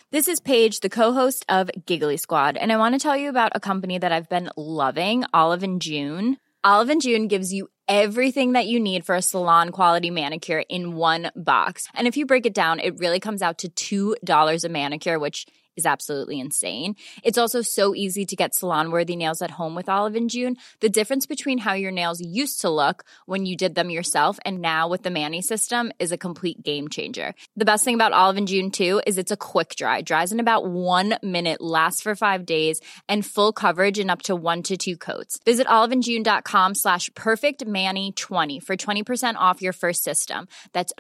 This is Paige, the co-host of Giggly Squad, and I want to tell you about a company that I've been loving, Olive & June. Olive & June gives you everything that you need for a salon-quality manicure in one box. And if you break it down, it really comes out to $2 a manicure, which is absolutely insane. It's also so easy to get salon-worthy nails at home with Olive & June. The difference between how your nails used to look when you did them yourself and now with the Mani system is a complete game changer. The best thing about Olive & June, too, is it's a quick dry. Dries in about 1 minute, lasts for 5 days, and full coverage in up to 1 to 2 coats. Visit oliveandjune.com/perfectmani20 for 20% off your first system. That's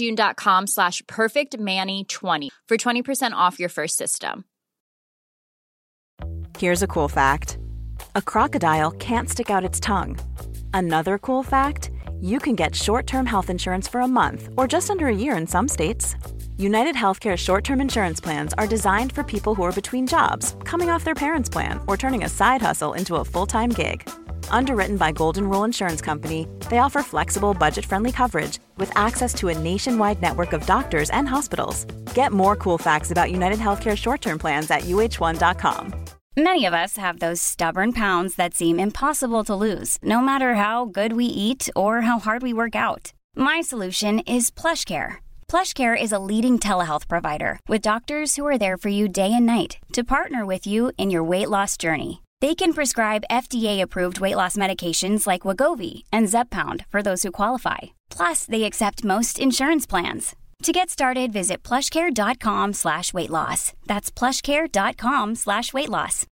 oliveandjune.com/perfectmani20 for 20% off your first system. Here's a cool fact. A crocodile can't stick out its tongue. Another cool fact, you can get short-term health insurance for a month or just under a year in some states. United Healthcare short-term insurance plans are designed for people who are between jobs, coming off their parents' plan, or turning a side hustle into a full-time gig. Underwritten by Golden Rule Insurance Company, they offer flexible, budget-friendly coverage with access to a nationwide network of doctors and hospitals. Get more cool facts about United Healthcare short-term plans at uh1.com. Many of us have those stubborn pounds that seem impossible to lose, no matter how good we eat or how hard we work out. My solution is PlushCare. PlushCare is a leading telehealth provider with doctors who are there for you day and night to partner with you in your weight loss journey. They can prescribe FDA-approved weight loss medications like Wegovy and Zepbound for those who qualify. Plus, they accept most insurance plans. To get started, visit plushcare.com/weightloss. That's plushcare.com/weightloss.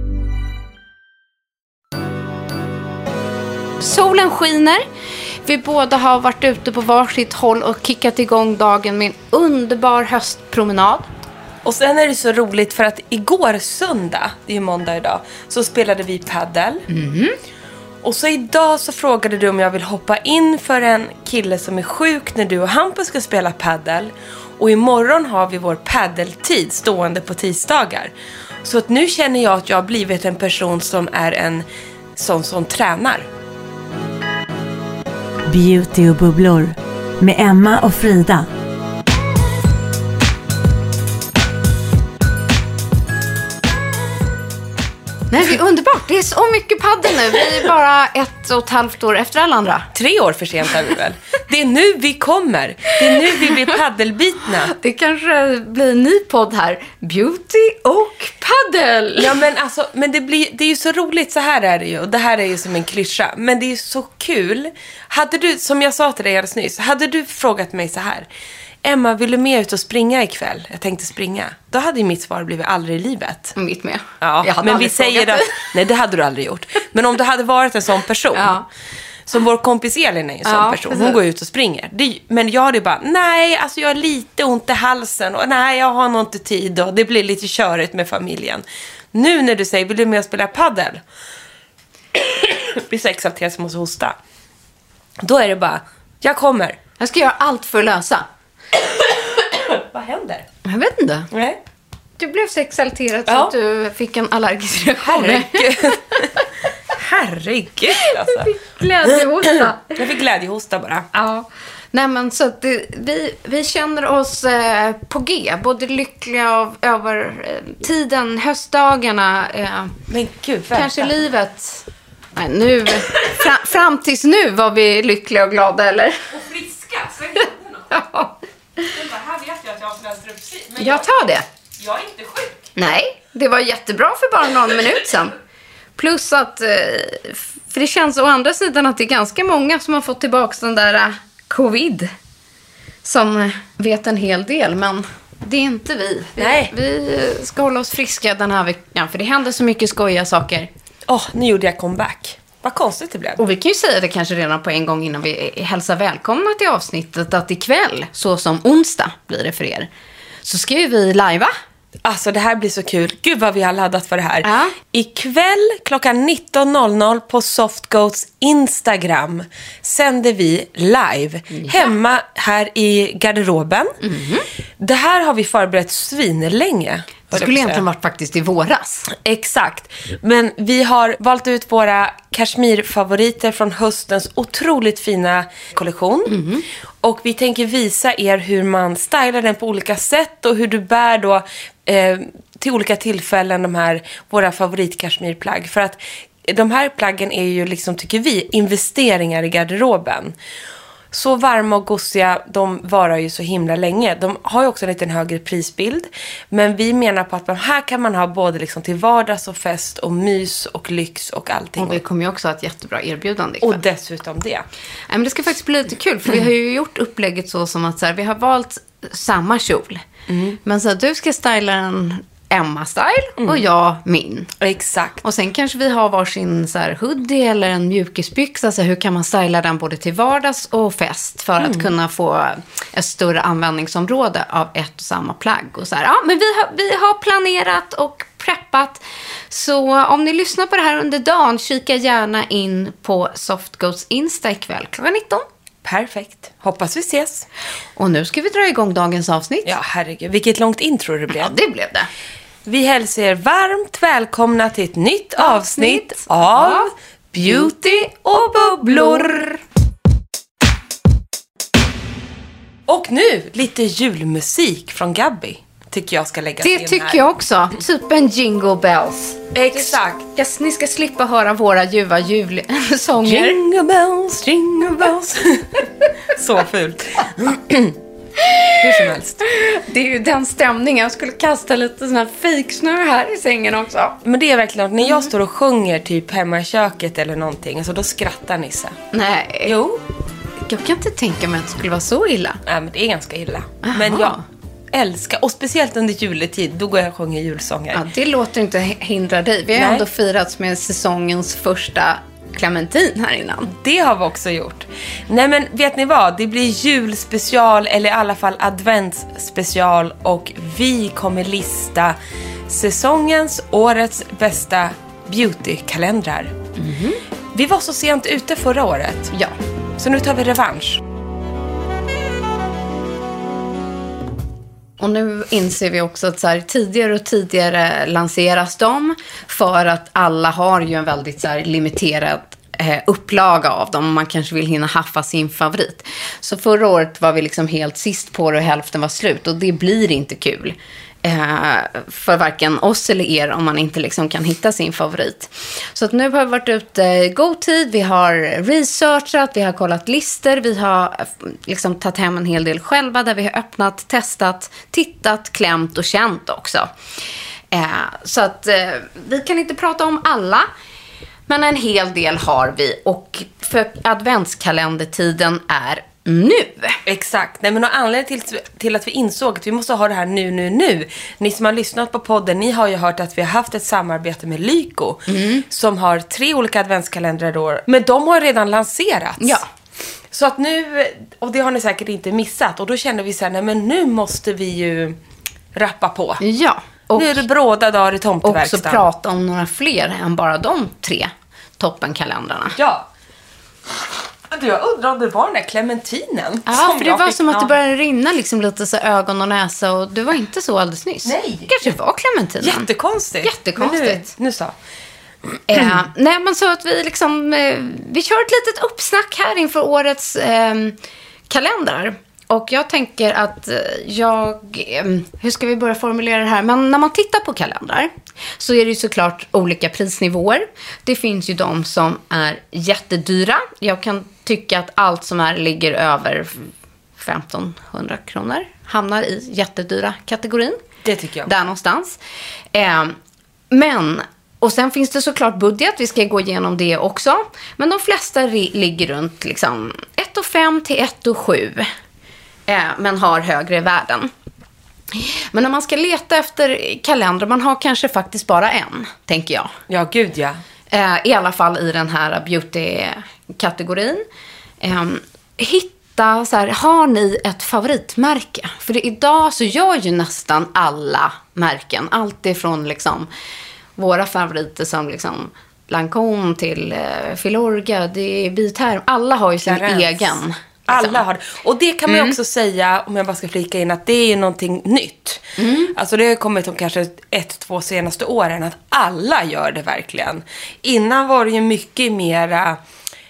Solen skiner. Vi båda har varit ute på varsitt håll och kickat igång dagen med en underbar höstpromenad. Och sen är det så roligt för att igår söndag, det är ju måndag idag, så spelade vi paddel. Och så idag så frågade du om jag vill hoppa in för en kille som är sjuk när du och Hampus ska spela paddel. Och imorgon har vi vår paddeltid stående på tisdagar. Så att nu känner jag att jag har blivit en person som är en sån som tränar. Beauty och bubblor med Emma och Frida. Nej, det är underbart. Det är så mycket paddel nu. Vi är bara 1,5 år efter alla andra. 3 år för sent är vi väl. Det är nu vi kommer. Det är nu vi blir paddelbitna. Det kanske blir en ny podd här. Beauty och paddel. Ja, men alltså, men det är ju så roligt, så här är det ju. Och det här är ju som en klyscha. Men det är ju så kul. Hade du, som jag sa till dig alldeles nyss, hade du frågat mig så här: Emma, vill du med ut och springa ikväll? Jag tänkte springa. Då hade ju mitt svar blivit aldrig i livet. Mitt med. Ja, men vi säger att nej, det hade du aldrig gjort. Men om du hade varit en sån person, som vår kompis Elin är en sån person. Hon går ut och springer. Men jag hade bara, nej, alltså jag har lite ont i halsen. Och nej, jag har nog inte tid. Och det blir lite körigt med familjen. Nu när du säger, vill du med och spela paddel? blir så exalterad som måste hosta. Då är det bara, jag kommer. Jag ska göra allt för att lösa. Vad händer? Jag vet inte. Nej. Du blev så exalterad så att du fick en allergisk reaktion. Herregud alltså. Jag fick glädjehosta. Jag fick glädjehosta bara. Ja. Nej, men så att vi känner oss på G. Både lyckliga över tiden, höstdagarna. Men gud, kanske livet. Nej, nu. Fram tills nu var vi lyckliga och glada, eller? Och friska. Så jag inte något. Ja. Här vet jag att jag har vänsterupsyn. Jag tar det. Jag är inte sjuk. Nej, det var jättebra för bara någon minut sedan. Plus att, för det känns å andra sidan att det är ganska många som har fått tillbaka den där covid. Som vet en hel del, men det är inte vi. Nej. Vi ska hålla oss friska den här veckan, för det händer så mycket skojiga saker. Nu gjorde jag comeback. Vad konstigt det blev. Och vi kan ju säga det kanske redan på en gång innan vi hälsar välkomna till avsnittet, att ikväll, så som onsdag blir det för er, så ska ju vi lajva. Alltså det här blir så kul. Gud vad vi har laddat för det här. Ja. Ikväll klockan 19.00 på Softgoats Instagram sänder vi live hemma här i garderoben. Det här har vi förberett svinlänge. Det skulle egentligen varit faktiskt i våras. Exakt. Men vi har valt ut våra kashmirfavoriter från höstens otroligt fina kollektion. Och vi tänker visa er hur man stylar den på olika sätt och hur du bär då till olika tillfällen de här våra favoritkashmirplagg. För att de här plaggen är ju liksom, tycker vi, investeringar i garderoben. Så varma och gossiga, de varar ju så himla länge. De har ju också en liten högre prisbild. Men vi menar på att de här kan man ha både liksom till vardags och fest och mys och lyx och allting. Och vi kommer ju också ha ett jättebra erbjudande ikväll. Och dessutom det. Men det ska faktiskt bli lite kul, för vi har ju gjort upplägget så som att så här, vi har valt samma kjol. Men så att du ska styla en Emma-style och jag min. Exakt. Och sen kanske vi har varsin så här hoodie eller en mjukisbyxa. Så hur kan man styla den både till vardags och fest för att kunna få ett större användningsområde av ett och samma plagg. Och så här, ja, men vi har planerat och preppat. Så om ni lyssnar på det här under dagen, kika gärna in på Softgoats Insta ikväll klockan 19. Perfekt. Hoppas vi ses. Och nu ska vi dra igång dagens avsnitt. Ja, herregud. Vilket långt intro det blev. Ja, det blev det. Vi hälsar er varmt välkomna till ett nytt avsnitt av Beauty och bubblor. Och nu lite julmusik från Gabby. Tycker jag ska lägga in här. Det tycker jag också. Typ en Jingle Bells. Exakt. Ni ska slippa höra våra ljuva julsånger. Jingle bells, jingle bells. Så fult. Hur som helst. Det är ju den stämningen. Jag skulle kasta lite sån här fejksnör här i sängen också. Men det är verkligen när jag står och sjunger typ hemma i köket eller någonting, alltså då skrattar Nisse. Nej. Jo. Jag kan inte tänka mig att det skulle vara så illa. Nej, men det är ganska illa. Men jag älskar, och speciellt under juletid, då går jag och sjunger julsånger. Ja, det låter inte hindra dig. Vi har ändå firats med säsongens första clementin här innan. Det har vi också gjort. Nej, men vet ni vad? Det blir julspecial, eller i alla fall adventsspecial, och vi kommer lista säsongens, årets bästa beautykalendrar. Vi var så sent ute förra året. Ja. Så nu tar vi revansch. Och nu inser vi också att så här, tidigare och tidigare lanseras de, för att alla har ju en väldigt så här, limiterad upplaga av dem. Man kanske vill hinna haffa sin favorit. Så förra året var vi liksom helt sist på det och hälften var slut. Och det blir inte kul för varken oss eller er om man inte liksom kan hitta sin favorit. Så att nu har vi varit ute i god tid. Vi har researchat, vi har kollat lister, vi har liksom tagit hem en hel del själva där vi har öppnat, testat, tittat, klämt och känt också. Så att vi kan inte prata om alla, men en hel del har vi, och för adventskalendertiden är nu. Exakt. Nej, men anledningen till att vi insåg att vi måste ha det här nu. Ni som har lyssnat på podden, ni har ju hört att vi har haft ett samarbete med Lyko som har 3 olika adventskalendrar i år. Men de har redan lanserats. Ja. Så att nu, och det har ni säkert inte missat, och då känner vi så här, nej men nu måste vi ju rappa på. Ja. Och nu är det bråda dagar i tomteverkstan. också prata om några fler än bara de 3 toppenkalendrarna. Ja. Du, jag undrar om det var den där clementinen. Ja, för det var som att det började rinna liksom lite så ögon och näsa, och det var inte så alldeles nyss. Nej. Det kanske var clementinen. Jättekonstigt. Jättekonstigt. Nu så. Nej, men så att vi liksom vi kör ett litet uppsnack här inför årets kalendrar. Och jag tänker att hur ska vi börja formulera det här? Men när man tittar på kalendrar så är det ju såklart olika prisnivåer. Det finns ju de som är jättedyra. Jag kan tycka att allt som ligger över 1500 kronor hamnar i jättedyra kategorin. Det tycker jag. Där någonstans. Och sen finns det såklart budget, vi ska gå igenom det också. Men de flesta ligger runt liksom 1,5 till 1,7. Men har högre värden. Men när man ska leta efter kalendrar, man har kanske faktiskt bara en, tänker jag. Ja, gud ja. I alla fall i den här beauty-kategorin. Hitta så här, har ni ett favoritmärke? För idag så gör ju nästan alla märken, allt ifrån liksom våra favoriter som liksom Lancôme till Filorga, det är Biterm. Alla har ju sin egen Alla har det. Och det kan man ju också säga, om jag bara ska flika in, att det är ju någonting nytt. Alltså det har kommit om kanske 1-2 senaste åren att alla gör det verkligen. Innan var det ju mycket mera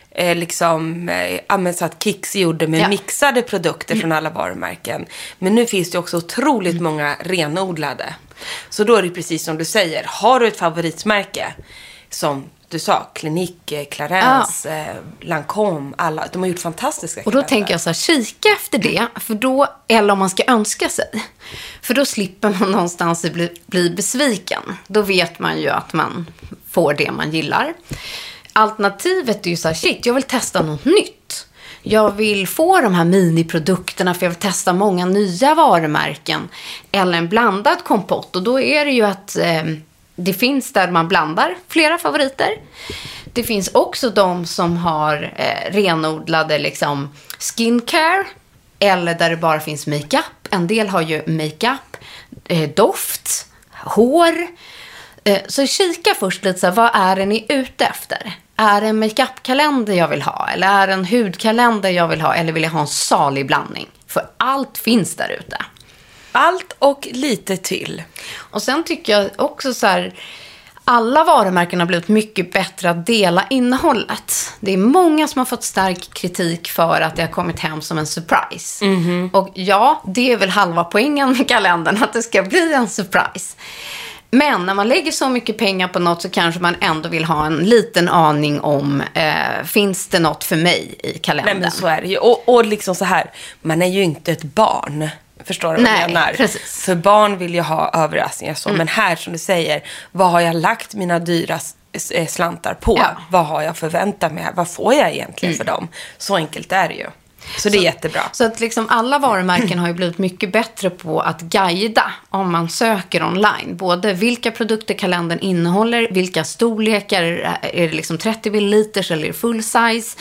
så att Kicks gjorde med mixade produkter från alla varumärken. Men nu finns det också otroligt många renodlade. Så då är det precis som du säger. Har du ett favoritmärke som du sa, Clinique, Clarence, Lancôme, alla, de har gjort fantastiska Och då tänker jag så här, kika efter det, för då, eller om man ska önska sig, för då slipper man någonstans bli besviken. Då vet man ju att man får det man gillar. Alternativet är ju så här, shit, jag vill testa något nytt. Jag vill få de här miniprodukterna för jag vill testa många nya varumärken. Eller en blandad kompott. Och då är det ju att det finns där man blandar flera favoriter. Det finns också de som har renodlade liksom skincare. Eller där det bara finns makeup. En del har ju makeup, doft, hår. Så kika först lite så här, vad är det ni är ute efter? Är det en makeup-kalender jag vill ha? Eller är det en hudkalender jag vill ha? Eller vill jag ha en salig blandning? För allt finns där ute. Allt och lite till. Och sen tycker jag också så här, alla varumärken har blivit mycket bättre att dela innehållet. Det är många som har fått stark kritik för att det har kommit hem som en surprise. Och ja, det är väl halva poängen med kalendern, att det ska bli en surprise. Men när man lägger så mycket pengar på något så kanske man ändå vill ha en liten aning om finns det något för mig i kalendern. Nej, men så är det ju. Och liksom så här, man är ju inte ett barn. Förstår du vad jag menar? Precis. För barn vill ju ha överraskningar så. Men här som du säger, vad har jag lagt mina dyra slantar på? Ja. Vad har jag förväntat mig? Vad får jag egentligen för dem? Så enkelt är det ju. Så det är jättebra. Så att liksom alla varumärken har ju blivit mycket bättre på att guida om man söker online. Både vilka produkter kalendern innehåller, vilka storlekar, är det liksom 30 milliliters eller full size.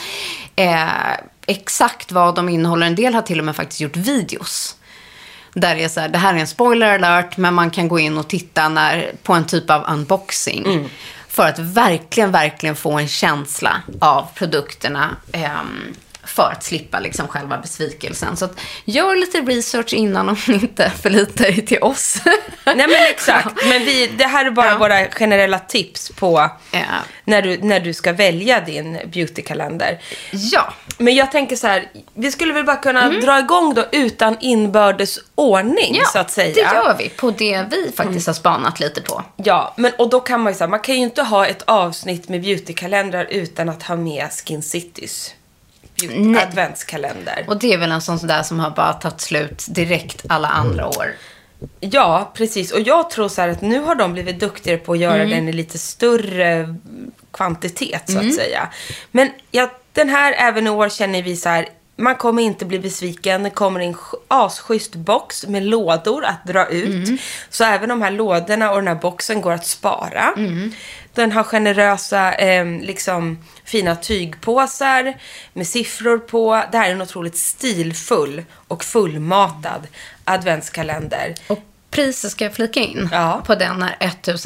Exakt vad de innehåller. En del har till och med faktiskt gjort videos. Där är så här, det här är en spoiler alert, men man kan gå in och titta på en typ av unboxing. För att verkligen få en känsla av produkterna. För att slippa liksom själva besvikelsen. Så att gör lite research innan om ni inte förlitar er till oss. Nej men exakt. Men det här är bara våra generella tips på när du ska välja din beautykalender. Ja. Men jag tänker så här, vi skulle väl bara kunna dra igång då utan inbördes ordning så att säga. Det gör vi på det vi faktiskt har spanat lite på. Ja, och då kan man ju säga, man kan ju inte ha ett avsnitt med beautykalendrar utan att ha med Skin Citys adventskalender. Och det är väl en sån där som har bara tagit slut direkt alla andra år. Ja, precis. Och jag tror så här att nu har de blivit duktigare på att göra den i lite större kvantitet så att säga. Men den här även i år känner vi så här, man kommer inte bli besviken. Det kommer en asschysst box med lådor att dra ut. Så även de här lådorna och den här boxen går att spara. Den har generösa fina tygpåsar med siffror på. Det här är en otroligt stilfull och fullmatad adventskalender. Och priset ska jag flika in. På den är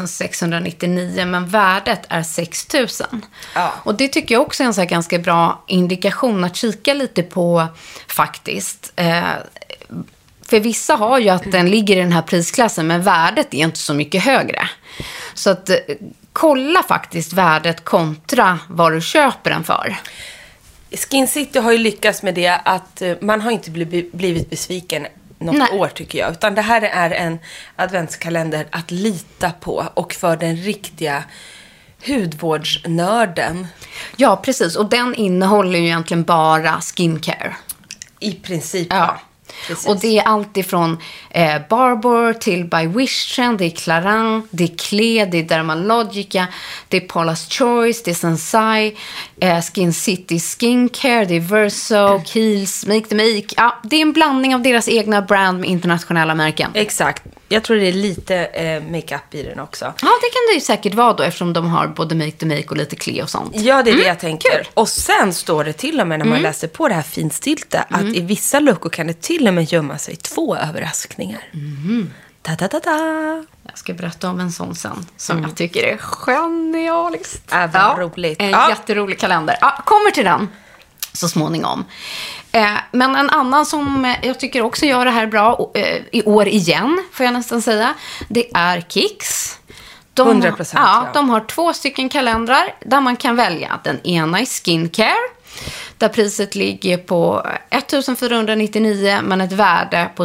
1699, men värdet är 6000. Och det tycker jag också är en så här ganska bra indikation att kika lite på faktiskt. För vissa har ju att den ligger i den här prisklassen, men värdet är inte så mycket högre. Så att kolla faktiskt värdet kontra vad du köper den för. Skin City har ju lyckats med det att man har inte blivit besviken något år tycker jag. Utan det här är en adventskalender att lita på och för den riktiga hudvårdsnörden. Ja, precis. Och den innehåller ju egentligen bara skincare. I princip. Ja. Precis. Och det är allt ifrån Barbour till By Wish Trend, det är Clarins, det är Clé, det är Dermalogica, det är Paula's Choice, det är Sensai, Skin City Skincare, det är Verso, Kiehl's, Make the Make. Ja, det är en blandning av deras egna brand med internationella märken. Exakt. Jag tror det är lite makeup i den också. Ja, det kan det ju säkert vara då, eftersom de har både Make the Make och lite Clé och sånt. Ja, det är det jag tänker. Kul. Och sen står det till och med när man läser på det här finstilta att i vissa luckor kan det till och med gömma sig 2 överraskningar. Ta-ta-ta-ta. Jag ska berätta om en sån sen som jag tycker är genialiskt. Vad roligt. En jätterolig kalender. Kommer till den. så småningom. Men en annan som jag tycker också gör det här bra i år igen, får jag nästan säga, det är Kicks. 100%. Ja, de har 2 stycken kalendrar där man kan välja. Den ena är skincare, där priset ligger på 1499 men ett värde på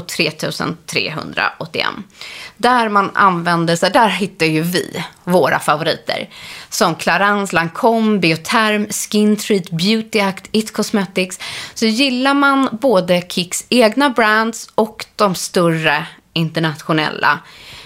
3381. Där man använder sig, där hittar ju vi våra favoriter som Clarins, Lancome, Biotherm, Skin Treat, Beauty Act, It Cosmetics. Så gillar man både Kicks egna brands och de större internationella,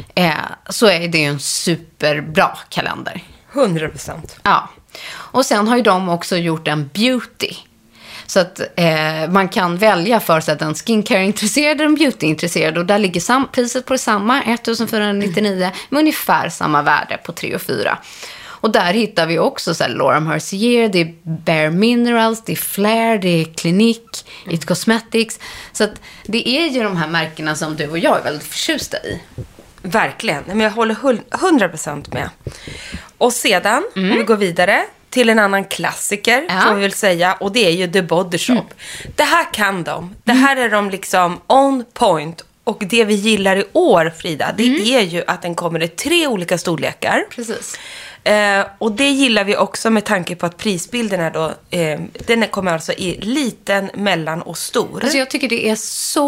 så är det ju en superbra kalender. 100%. Ja. Och sen har ju de också gjort en beauty. Så att man kan välja för sig att en skincare-intresserad och en beauty-intresserad. Och där ligger priset på samma, 1499, med ungefär samma värde på 3 och 4. Och där hittar vi också så här, Laura Mercier, det är Bare Minerals, det är Flair, det är Clinique, It Cosmetics. Så att det är ju de här märkena som du och jag är väldigt förtjusta i. Verkligen, men jag håller 100% med. Och sedan, om vi går vidare till en annan klassiker, får vi väl säga, och det är ju The Body Shop. Det här kan de. Det här är de liksom on point. Och det vi gillar i år, Frida, det är ju att den kommer i 3 olika storlekar. Precis. Och det gillar vi också med tanke på att prisbilden är då, den kommer alltså i liten, mellan och stor. Alltså jag tycker det är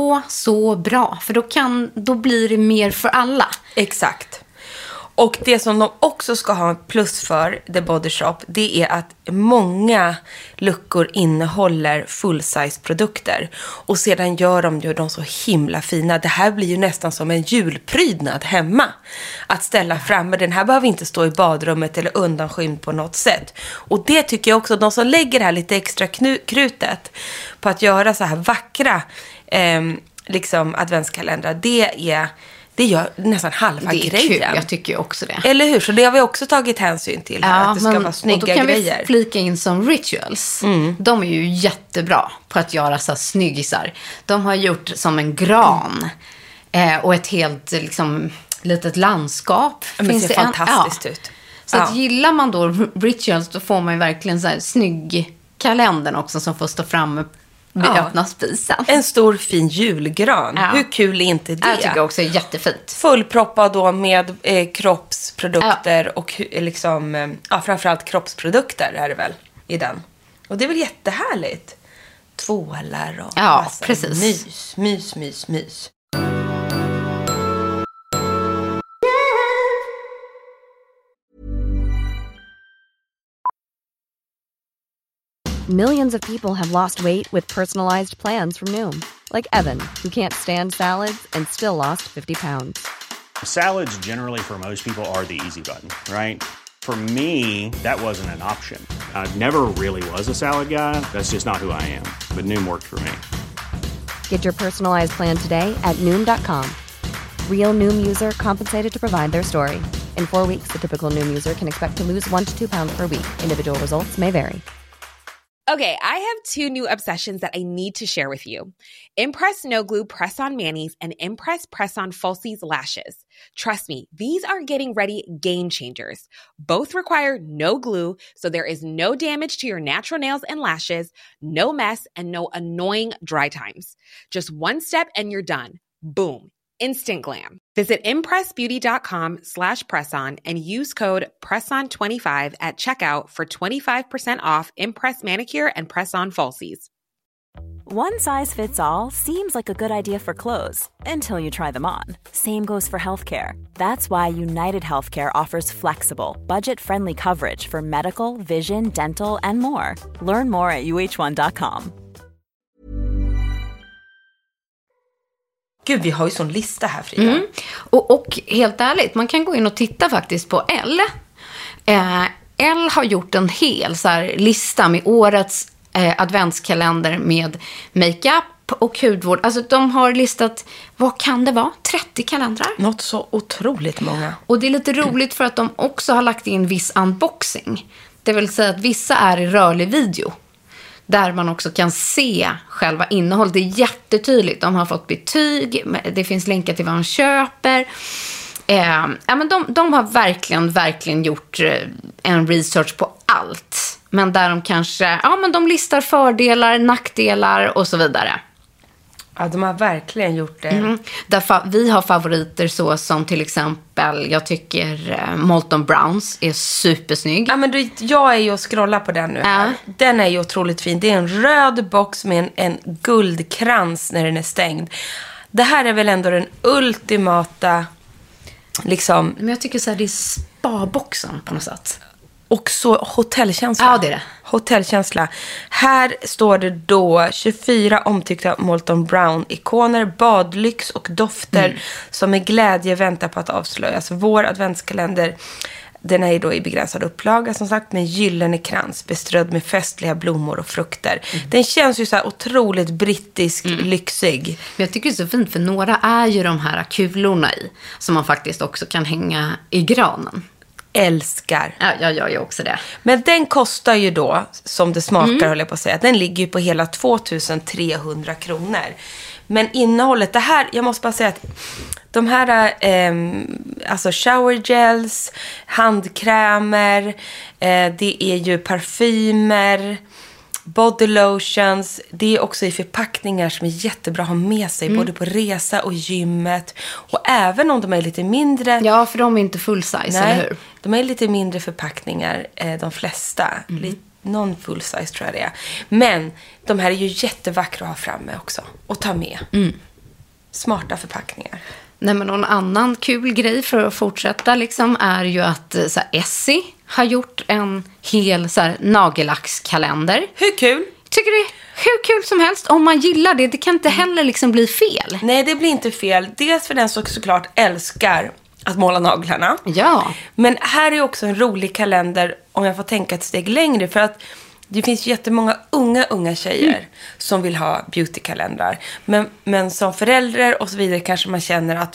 så bra, för då blir det mer för alla. Exakt. Och det som de också ska ha plus för The Body Shop, det är att många luckor innehåller full-size-produkter. Och sedan gör de ju dem så himla fina. Det här blir ju nästan som en julprydnad hemma. Att ställa framme. Den här behöver inte stå i badrummet eller undanskymd på något sätt. Och det tycker jag också, de som lägger det här lite extra krutet på att göra så här vackra liksom adventskalendrar, det gör nästan halva grejen. Det är kul, jag tycker också det. Eller hur? Så det har vi också tagit hänsyn till. Här, att det ska vara snygga grejer. Och då kan vi flika in som Rituals. De är ju jättebra på att göra så här snyggisar. De har gjort som en gran. Och ett helt liksom, litet landskap. Det ser fantastiskt ut. Så att gillar man då Rituals, då får man ju verkligen så här snygg kalendern också som får stå framme vid öppna spisen. En stor fin julgran. Hur kul är inte det? Jag tycker också är jättefint. Fullproppad då med kroppsprodukter och liksom, framförallt kroppsprodukter är det väl i den. Och det är väl jättehärligt. Tvålar och precis. Mys. Millions of people have lost weight with personalized plans from Noom. Like Evan, who can't stand salads and still lost 50 pounds. Salads generally for most people are the easy button, right? For me, that wasn't an option. I never really was a salad guy. That's just not who I am. But Noom worked for me. Get your personalized plan today at Noom.com. Real Noom user compensated to provide their story. In 4 weeks, the typical Noom user can expect to lose 1 to 2 pounds per week. Individual results may vary. Okay, I have 2 new obsessions that I need to share with you. Impress No Glue Press-On Manis and Impress Press-On Falsies Lashes. Trust me, these are getting ready game changers. Both require no glue, so there is no damage to your natural nails and lashes, no mess, and no annoying dry times. Just 1 step and you're done. Boom. Instant glam. Visit impressbeauty.com/presson and use code PRESSON25 at checkout for 25% off Impress Manicure and Press-On Falsies. One size fits all seems like a good idea for clothes until you try them on. Same goes for healthcare. That's why United Healthcare offers flexible, budget-friendly coverage for medical, vision, dental, and more. Learn more at uh1.com. Gud, vi har ju sån lista här, Frida. Och helt ärligt, man kan gå in och titta faktiskt på Elle. Elle har gjort en hel så här lista med årets adventskalender med makeup och hudvård. Alltså de har listat, vad kan det vara? 30 kalendrar? Något så otroligt många. Och det är lite roligt för att de också har lagt in viss unboxing. Det vill säga att vissa är i rörlig video. Där man också kan se själva innehållet. Det är jättetydligt. De har fått betyg. Det finns länkar till vad man köper. Men de har verkligen gjort en research på allt. men där de kanske, men de listar fördelar, nackdelar och så vidare. Ja, de har verkligen gjort det. Därför vi har favoriter så som till exempel, jag tycker Molton Browns är supersnygg. Ja, men jag är ju och scrollar på den nu här. Den är ju otroligt fin. Det är en röd box med en guldkrans när den är stängd. Det här är väl ändå den ultimata liksom... Men jag tycker så här, det är spa-boxen på något sätt. Och så hotellkänsla. Ja, det är det. Hotellkänsla. Här står det då 24 omtyckta Molton Brown-ikoner, badlyx och dofter som med glädje väntar på att avslöjas. Vår adventskalender, den är ju då i begränsad upplaga som sagt, med gyllene krans beströdd med festliga blommor och frukter. Den känns ju så här otroligt brittisk, lyxig. Men jag tycker det är så fint, för några är ju de här kulorna i som man faktiskt också kan hänga i granen. Älskar. Ja, jag gör ju också det. Men den kostar ju då, som det smakar håller jag på att säga, den ligger ju på hela 2300 kronor. Men innehållet, det här, jag måste bara säga att de här alltså shower gels, handkrämer, det är ju parfymer, body lotions, det är också i förpackningar som är jättebra att ha med sig både på resa och gymmet. Och även om de är lite mindre... Ja, för de är inte full size, eller hur? De är lite mindre förpackningar, de flesta. Non full size tror jag det är. Men de här är ju jättevackra att ha framme också. Och ta med. Smarta förpackningar. Nej, men någon annan kul grej för att fortsätta liksom är ju att så här, Essie har gjort en hel så här, nagellackskalender. Hur kul? Tycker det är hur kul som helst. Om man gillar det, det kan inte heller liksom bli fel. Nej, det blir inte fel. Dels för den som såklart älskar att måla naglarna. Ja. Men här är också en rolig kalender om jag får tänka ett steg längre. För att det finns jättemånga unga tjejer som vill ha beautykalendrar. Men som förälder och så vidare kanske man känner att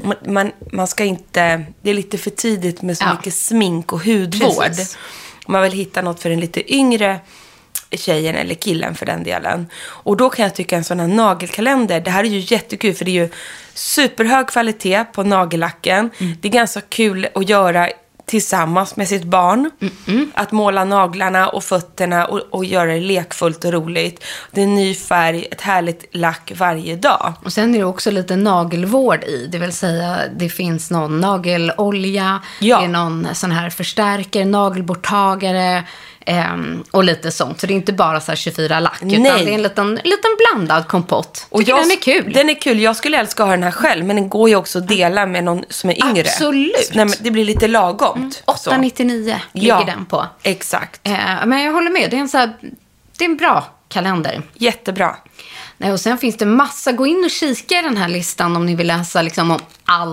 man ska inte... Det är lite för tidigt med så mycket smink och hudvård. Precis. Man vill hitta något för den lite yngre tjejen eller killen för den delen. Och då kan jag tycka en sån här nagelkalender, det här är ju jättekul för det är ju superhög kvalitet på nagellacken. Det är ganska kul att göra tillsammans med sitt barn. Att måla naglarna och fötterna och göra det lekfullt och roligt. Det är en ny färg, ett härligt lack varje dag. Och sen är det också lite nagelvård i. Det vill säga, det finns någon nagelolja, det är någon sån här förstärkare, nagelborttagare och lite sånt. Så det är inte bara så här 24 lack, utan det är en liten blandad kompott. Och den är kul. Den är kul. Jag skulle älska att ha den här själv, men den går ju också att dela med någon som är yngre. Absolut. Nej, men det blir lite lagomt. 8,99 ligger den på. Exakt. Men jag håller med. Det är en bra kalender. Jättebra. Nej, och sen finns det massa. Gå in och kika i den här listan om ni vill läsa liksom om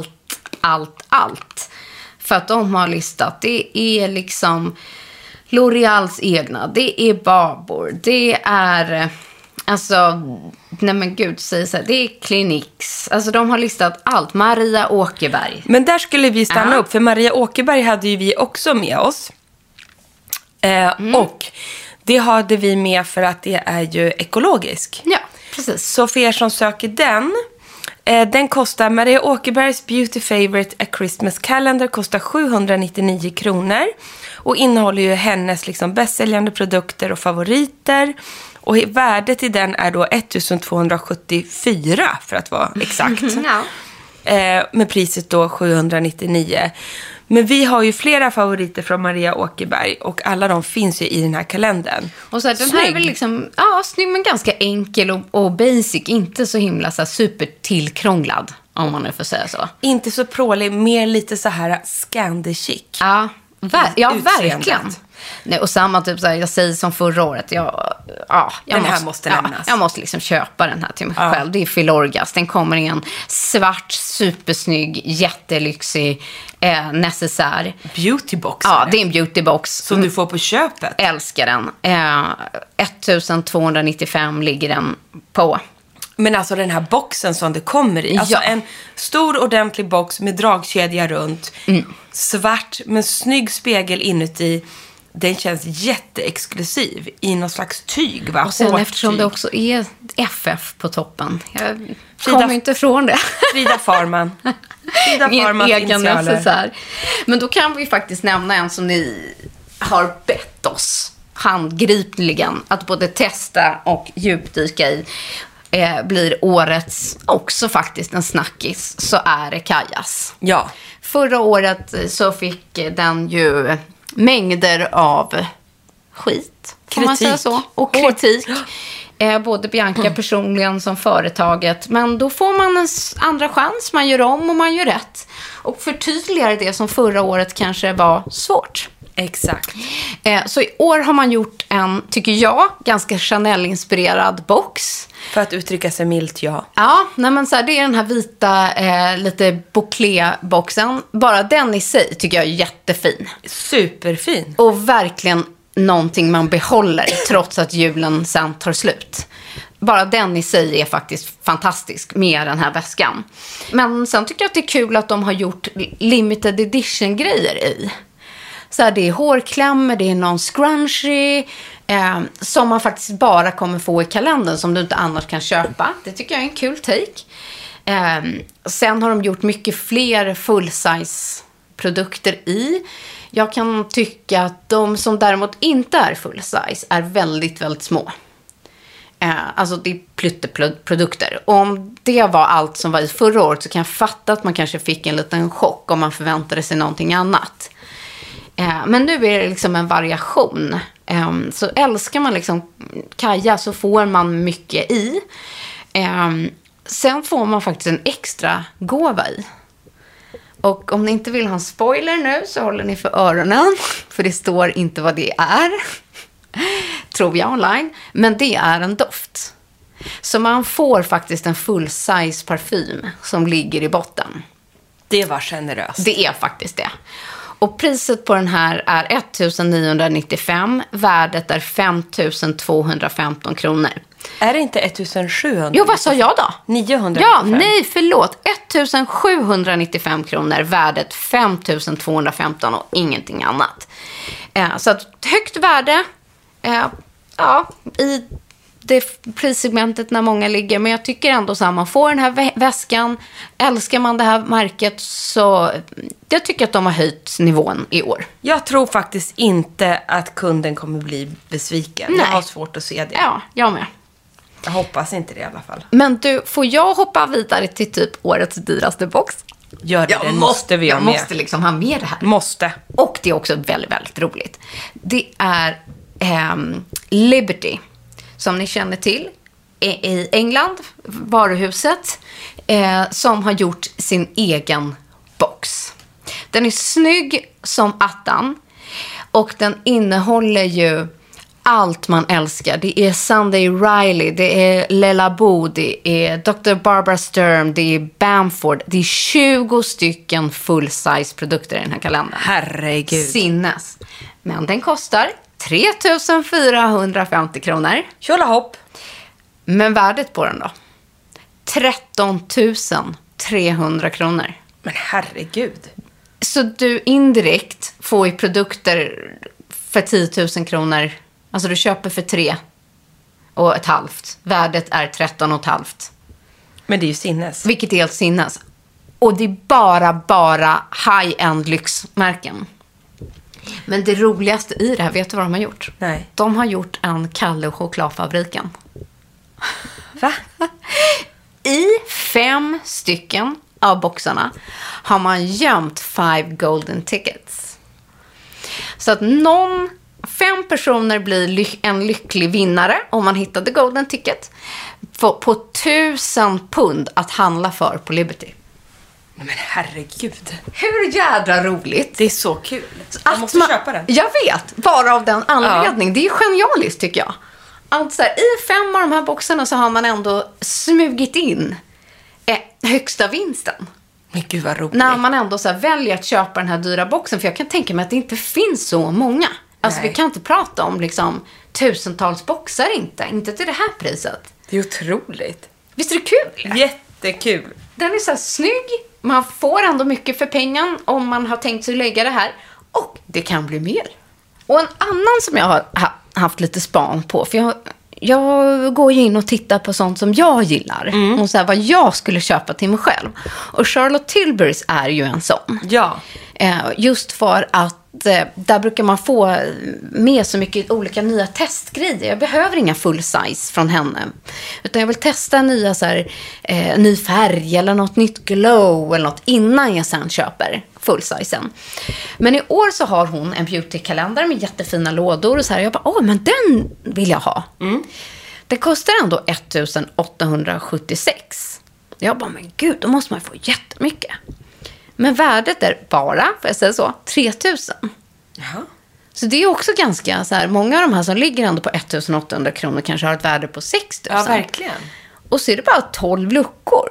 allt. För att de har listat. Det är liksom L'Oreals egna. Det är Babor. Det är... Alltså, nej men gud, säg så här, det är Cliniques. Alltså de har listat allt. Maria Åkerberg. Men där skulle vi stanna upp, för Maria Åkerberg hade ju vi också med oss. Och det hade vi med för att det är ju ekologisk. Ja, precis. Så för er som söker den kostar, Maria Åkerbergs Beauty Favorite A Christmas Calendar kostar 799 kronor. Och innehåller ju hennes liksom bästsäljande produkter och favoriter. Och värdet i den är då 1274 för att vara exakt. Med priset då 799. Men vi har ju flera favoriter från Maria Åkerberg. Och alla de finns ju i den här kalendern. Och så här, den här är väl liksom, snygg men ganska enkel och basic. Inte så himla så här, supertillkrånglad, om man nu får säga så. Inte så prålig, mer lite så här Scandi chic. Ja, verkligen. Nej, och samma typ så här, jag säger som förra året, den här måste lämnas. Jag måste liksom köpa den här till mig själv. Det är Filorgas. Den kommer i en svart, supersnygg, jättelyxig necessär. Beautybox. Ja, det är en beautybox. Som du får på köpet. Älskar den. 1295 ligger den på. Men alltså den här boxen som det kommer i. Alltså en stor ordentlig box med dragkedja runt. Svart med snygg spegel inuti. Den känns jätteexklusiv i någon slags tyg, va? Och sen eftersom det också är FF på toppen. Jag kommer inte ifrån det. Frida Farman. Min egen necessär. Men då kan vi faktiskt nämna en som ni har bett oss handgripligen att både testa och djupdyka i blir årets också faktiskt en snackis, så är det Kajas. Ja. Förra året så fick den ju mängder av skit, kan man säga så, och kritik. Både Bianca personligen som företaget. Men då får man en andra chans. Man gör om och man gör rätt. Och förtydligar det som förra året kanske var svårt. Exakt. Så i år har man gjort en, tycker jag, ganska Chanel-inspirerad box. För att uttrycka sig milt, ja. Ja, nej men så här, det är den här vita, lite bouclé-boxen. Bara den i sig tycker jag är jättefin. Superfin. Och verkligen någonting man behåller trots att julen sen tar slut. Bara den i sig är faktiskt fantastisk med den här väskan. Men sen tycker jag att det är kul att de har gjort limited edition-grejer i. Så här, det är hårklämmor, det är någon scrunchie som man faktiskt bara kommer få i kalendern som du inte annars kan köpa. Det tycker jag är en kul take. Sen har de gjort mycket fler full-size-produkter i. Jag kan tycka att de som däremot inte är full-size är väldigt, väldigt små. Alltså det är pytteprodukter. Och om det var allt som var i förra året så kan jag fatta att man kanske fick en liten chock om man förväntade sig någonting annat. Men nu är det liksom en variation. Så älskar man liksom Kaja så får man mycket i. Sen får man faktiskt en extra gåva i. Och om ni inte vill ha en spoiler nu så håller ni för öronen. För det står inte vad det är. Tror jag online. Men det är en doft. Så man får faktiskt en full-size parfym som ligger i botten. Det var generöst. Det är faktiskt det. Och priset på den här är 1995. Värdet är 5215 kronor. Är det inte 1700? Jo, vad sa jag då? 995. Ja, nej, förlåt. 1795 kronor. Värdet 5215 och ingenting annat. Så ett högt värde. Ja, i det prissegmentet när många ligger. Men jag tycker ändå så här, man får den här väskan. Älskar man det här märket så jag tycker att de har höjt nivån i år. Jag tror faktiskt inte att kunden kommer bli besviken. Nej. Jag har svårt att se det. Ja, jag med. Jag hoppas inte det i alla fall. Men du, får jag hoppa vidare till typ årets dyraste box? Gör det, det måste vi ha med. Jag måste liksom ha med det här. Måste. Och det är också väldigt, väldigt roligt. Det är Liberty. Som ni känner till, i England, varuhuset, som har gjort sin egen box. Den är snygg som attan och den innehåller ju allt man älskar. Det är Sunday Riley, det är Le Labo, det är Dr. Barbara Sturm, det är Bamford. Det är 20 stycken full-size produkter i den här kalendern. Herregud. Sinnes. Men den kostar 3450 kronor. Tjolahopp. Men värdet på den då? 13 300 kronor. Men herregud. Så du indirekt får ju produkter för 10 000 kronor. Alltså du köper för 3 och ett halvt. Värdet är 13 och ett halvt. Men det är ju sinnes. Vilket är helt sinnes. Och det är bara high-end lyxmärken. Men det roligaste i det här, vet du vad de har gjort? Nej. De har gjort en Kalle och chokladfabriken. Va? I 5 stycken av boxarna har man gömt 5 golden tickets. Så att 5 personer blir en lycklig vinnare om man hittade golden ticket på 1000 pund att handla för på Liberty. Men herregud. Hur jädra roligt. Det är så kul. Jag måste köpa den. Jag vet, bara av den anledningen. Ja. Det är genialiskt tycker jag. Alltså i 5 av de här boxarna så har man ändå smugit in högsta vinsten. Men gud vad roligt. När man ändå så här väljer att köpa den här dyra boxen. För jag kan tänka mig att det inte finns så många. Alltså vi kan inte prata om liksom tusentals boxar inte till det här priset. Det är otroligt. Visst är det kul? Jättekul. Den är så här snygg. Man får ändå mycket för pengen om man har tänkt sig lägga det här. Och det kan bli mer. Och en annan som jag har haft lite span på. För jag går ju in och tittar på sånt som jag gillar. Och så här, vad jag skulle köpa till mig själv. Och Charlotte Tilbury är ju en sån. Ja. Just för att där brukar man få med så mycket olika nya testgrejer. Jag behöver inga full size från henne. Utan jag vill testa nya ny färg eller något nytt glow eller något innan jag sen köper full sizen. Men i år så har hon en beautykalender med jättefina lådor och så här. Jag bara, men den vill jag ha. Det kostar ändå 1876. Jag bara, men gud, då måste man få jättemycket. Men värdet är bara, får jag säga så, 3000. Jaha. Så det är också ganska så här, många av de här som ligger ändå på 1800 kronor kanske har ett värde på 6000. Ja, verkligen. Och så är det bara 12 luckor.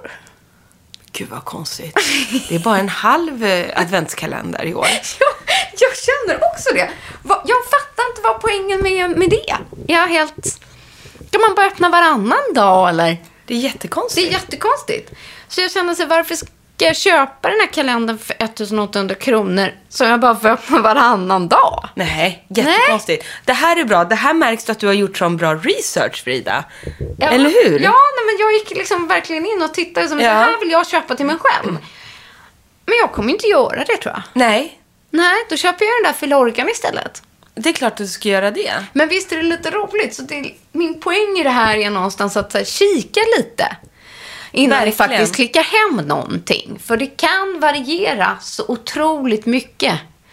Gud vad konstigt. Det är bara en halv adventskalender i år. Ja, jag känner också det. Jag fattar inte vad poängen med det. Jag är helt... Kan man bara öppna varannan dag eller? Det är jättekonstigt. Det är jättekonstigt. Så jag känner så varför ska jag köpa den här kalendern för 1800 kronor som jag bara får öppna varannan dag? Nej, jättekonstigt. Nej. Det här är bra. Det här märks att du har gjort sån bra research, Frida. Ja, eller hur? Ja, men jag gick liksom verkligen in och tittade som det här vill jag köpa till mig själv. Men jag kommer inte göra det, tror jag. Nej, då köper jag den där Filorgan istället. Det är klart att du ska göra det. Men visst är det lite roligt. Så min poäng i det här är någonstans att så här, kika lite innan ni faktiskt klickar hem någonting. För det kan variera så otroligt mycket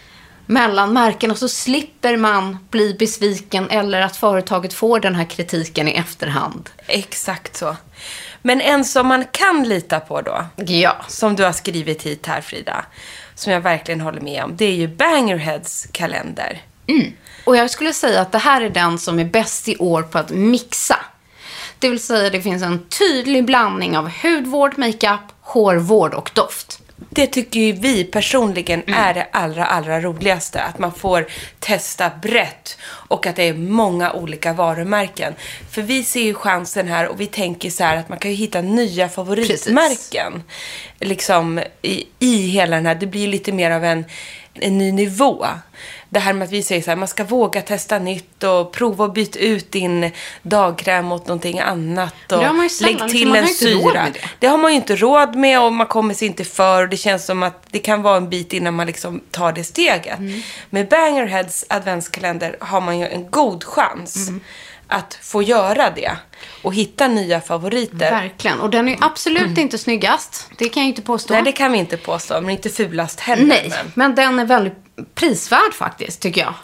mellan märken. Och så slipper man bli besviken eller att företaget får den här kritiken i efterhand. Exakt så. Men en som man kan lita på då. Ja. Som du har skrivit hit här, Frida. Som jag verkligen håller med om. Det är ju Bangerheads kalender. Och jag skulle säga att det här är den som är bäst i år på att mixa. Det vill säga det finns en tydlig blandning av hudvård, makeup, hårvård och doft. Det tycker ju vi personligen är det allra roligaste. Att man får testa brett och att det är många olika varumärken. För vi ser ju chansen här och vi tänker så här att man kan ju hitta nya favoritmärken. Liksom i hela den här, det blir lite mer av en ny nivå. Det här med att vi säger så här, man ska våga testa nytt och prova att byta ut din dagkräm mot någonting annat och lägg till en syra. Det har man ju inte råd med och man kommer sig inte för och det känns som att det kan vara en bit innan man liksom tar det steget. Med Bangerheads adventskalender har man ju en god chans att få göra det och hitta nya favoriter. Verkligen, och den är absolut inte snyggast. Det kan jag inte påstå. Nej, det kan vi inte påstå, men inte fulast heller. Nej, men den är väldigt prisvärd faktiskt, tycker jag.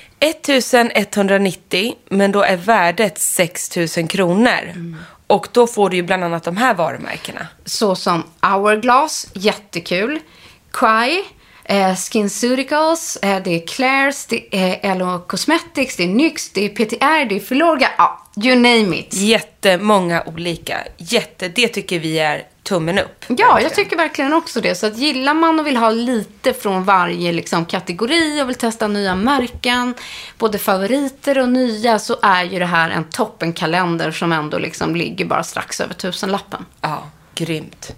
1190, men då är värdet 6000 kronor. Och då får du ju bland annat de här varumärkena. Så som Hourglass, jättekul. Cry, SkinCeuticals, det är Claire's, det är LO Cosmetics, det är NYX, det är PTR, det är Filorga, you name it. Jättemånga olika. Det tycker vi är tummen upp. Ja, verkligen. Jag tycker verkligen också det. Så att gillar man och vill ha lite från varje liksom, kategori och vill testa nya märken, både favoriter och nya, så är ju det här en toppenkalender som ändå liksom ligger bara strax över 1000-lappen. Ja, grymt.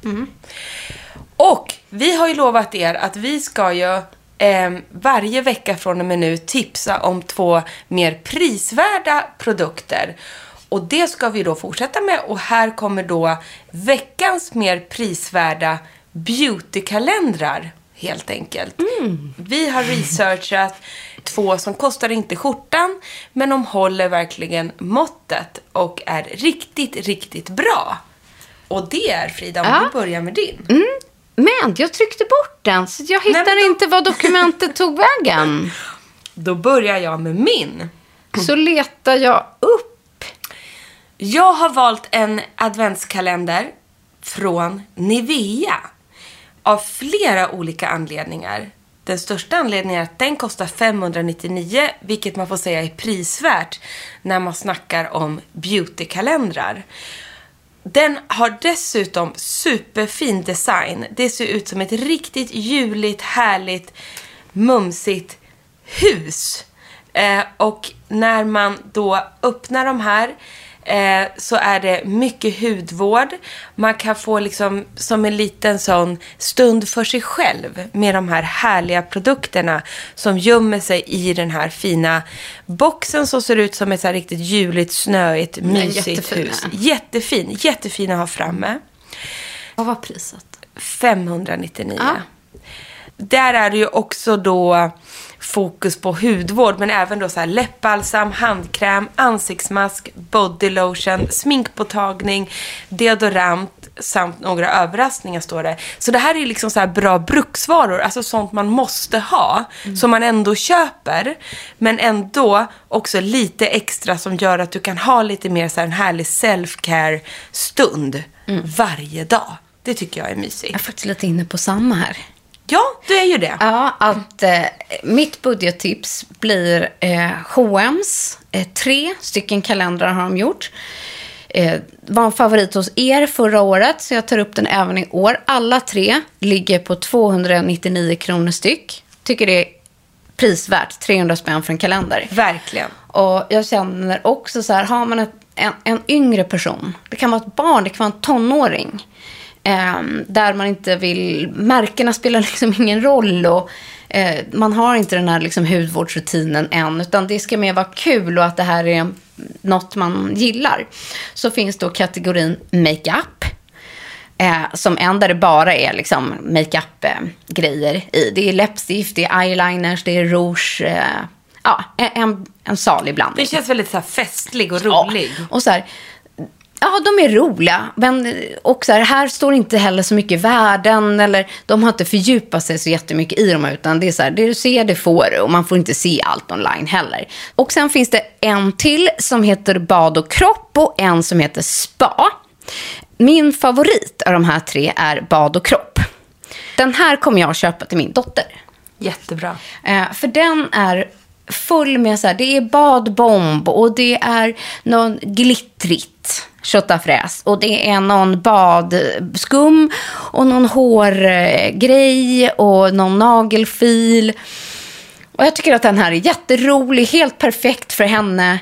Och vi har ju lovat er att vi ska ju varje vecka från och med nu tipsa om 2 mer prisvärda produkter. Och det ska vi då fortsätta med. Och här kommer då veckans mer prisvärda beautykalendrar, helt enkelt. Vi har researchat 2 som kostar inte skjortan, men de håller verkligen måttet och är riktigt bra. Och det är, Frida, om du börjar med din. Men jag tryckte bort den, så jag hittar inte vad dokumentet tog vägen. Då börjar jag med min. Så letar jag upp. Jag har valt en adventskalender från Nivea. Av flera olika anledningar. Den största anledningen är att den kostar 599, vilket man får säga är prisvärt när man snackar om beautykalendrar. Den har dessutom superfin design. Det ser ut som ett riktigt juligt, härligt, mumsigt hus. Och när man då öppnar de här så är det mycket hudvård. Man kan få liksom som en liten sån stund för sig själv med de här härliga produkterna som gömmer sig i den här fina boxen som ser ut som ett så här riktigt juligt, snöigt, mysigt hus. Jättefin att ha framme. Vad var priset? 599. där är det ju också då fokus på hudvård, men även då så här läppbalsam, handkräm, ansiktsmask, bodylotion, sminkpåtagning, deodorant samt några överraskningar står det. Så det här är liksom så här bra bruksvaror, alltså sånt man måste ha, som man ändå köper, men ändå också lite extra som gör att du kan ha lite mer så här en härlig self-care stund varje dag. Det tycker jag är mysigt. Jag är faktiskt lite inne på samma här. Ja, du är ju det. Ja, att mitt budgettips blir H&M's 3 stycken kalendrar har de gjort. Var en favorit hos er förra året, så jag tar upp den även i år. Alla 3 ligger på 299 kronor styck. Tycker det är prisvärt, 300 spänn för en kalender. Verkligen. Och jag känner också så här, har man en yngre person, det kan vara ett barn, det kan vara en tonåring, där man inte vill, märkena spelar liksom ingen roll och man har inte den här liksom hudvårdsrutinen än, utan det ska mer vara kul och att det här är något man gillar. Så finns då kategorin makeup, som där det bara är liksom makeup-grejer i. Det är läppstift, det är eyeliners, det är rouge, en salig blandning. Det känns väldigt så här festlig och rolig. Ja, och så här, ja, de är roliga, men och så här står inte heller så mycket värden, eller de har inte fördjupat sig så jättemycket i dem, utan det är så här, det du ser, det får du, och man får inte se allt online heller. Och sen finns det en till som heter bad och kropp och en som heter spa. Min favorit av de här 3 är bad och kropp. Den här kommer jag att köpa till min dotter. Jättebra. För den är full med så här, det är badbomb och det är någon glittrigt köttafräs och det är någon badskum och någon hårgrej och någon nagelfil. Och jag tycker att den här är jätterolig, helt perfekt för henne.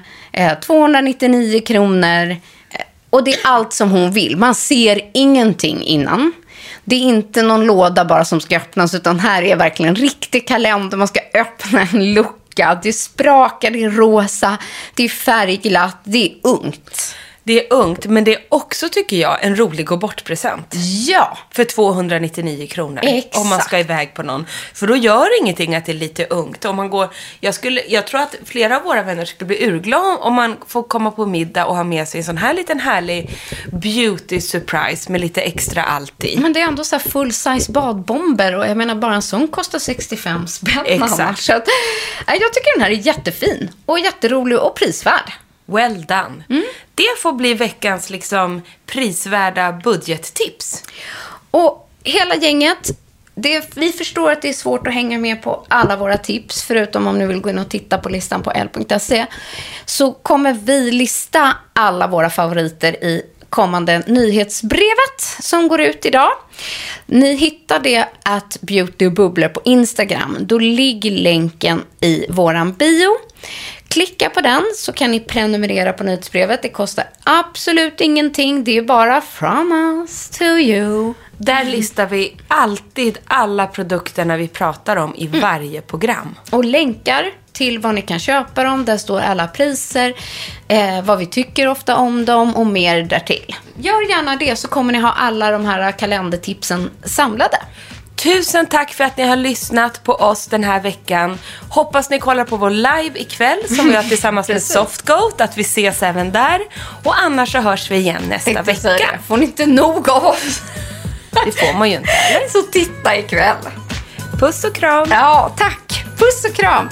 299 kronor. Och det är allt som hon vill. Man ser ingenting innan. Det är inte någon låda bara som ska öppnas, utan här är verkligen en riktig kalender. Man ska öppna en lucka. Det sprakar, det är rosa, det är färgglatt, det är ungt. Det är ungt, men det är också, tycker jag, en rolig gå-bort-present. Ja. För 299 kronor. Exakt. Om man ska iväg på någon. För då gör ingenting att det är lite ungt. Om man går, jag tror att flera av våra vänner skulle bli urglada om man får komma på middag och ha med sig en sån här liten härlig beauty surprise med lite extra allt i. Men det är ändå så här full-size badbomber, och jag menar bara en sån kostar 65 spänn. Exakt. Så att, jag tycker den här är jättefin och jätterolig och prisvärd. Well done. Det får bli veckans liksom prisvärda budgettips. Och hela gänget, vi förstår att det är svårt att hänga med på alla våra tips, förutom om ni vill gå in och titta på listan på l.se, så kommer vi lista alla våra favoriter i kommande nyhetsbrevet som går ut idag. Ni hittar det @beautybubblor på Instagram. Då ligger länken i våran bio. Klicka på den så kan ni prenumerera på nyhetsbrevet. Det kostar absolut ingenting. Det är bara from us to you. Där listar vi alltid alla produkterna vi pratar om i varje program. Och länkar till vad ni kan köpa dem. Där står alla priser, vad vi tycker ofta om dem och mer därtill. Gör gärna det, så kommer ni ha alla de här kalendertipsen samlade. Tusen tack för att ni har lyssnat på oss den här veckan. Hoppas ni kollar på vår live ikväll som vi har tillsammans med Softgoat, att vi ses även där. Och annars så hörs vi igen nästa vecka. Får ni inte nog av oss? Det får man ju inte, eller? Så titta ikväll. Puss och kram. Ja, tack. Puss och kram.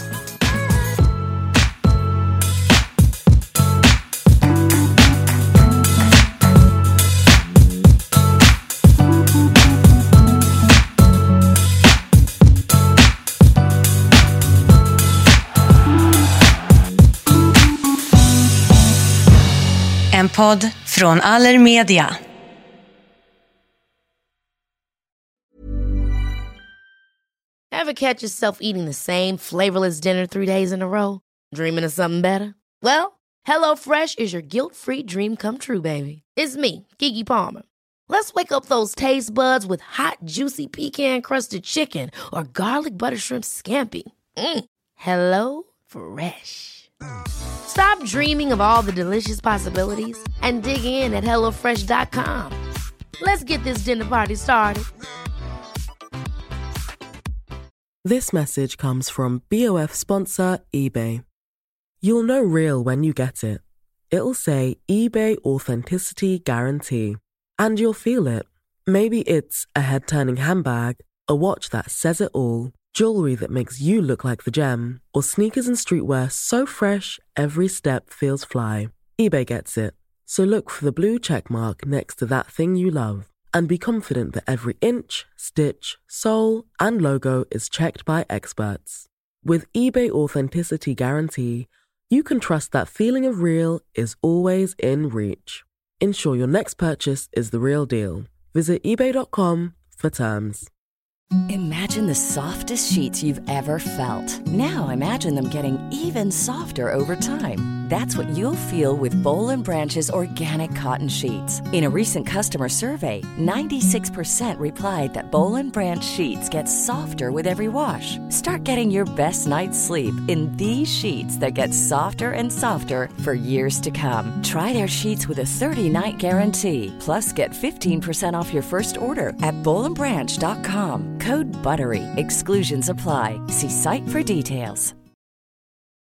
En podd från Allermedia. Ever catch yourself eating the same flavorless dinner 3 days in a row? Dreaming of something better? Well, HelloFresh is your guilt-free dream come true, baby. It's me, Keke Palmer. Let's wake up those taste buds with hot, juicy pecan-crusted chicken or garlic butter shrimp scampi. Hello Fresh. Stop dreaming of all the delicious possibilities and dig in at HelloFresh.com. Let's get this dinner party started. This message comes from BOF sponsor eBay. You'll know real when you get it. It'll say eBay Authenticity Guarantee. And you'll feel it. Maybe it's a head-turning handbag, a watch that says it all, jewelry that makes you look like the gem, or sneakers and streetwear so fresh every step feels fly. eBay gets it. So look for the blue check mark next to that thing you love. And be confident that every inch, stitch, sole, and logo is checked by experts. With eBay Authenticity Guarantee, you can trust that feeling of real is always in reach. Ensure your next purchase is the real deal. Visit ebay.com for terms. Imagine the softest sheets you've ever felt. Now imagine them getting even softer over time. That's what you'll feel with Boll & Branch's organic cotton sheets. In a recent customer survey, 96% replied that Boll & Branch sheets get softer with every wash. Start getting your best night's sleep in these sheets that get softer and softer for years to come. Try their sheets with a 30-night guarantee. Plus, get 15% off your first order at bollandbranch.com. Code BUTTERY. Exclusions apply. See site for details.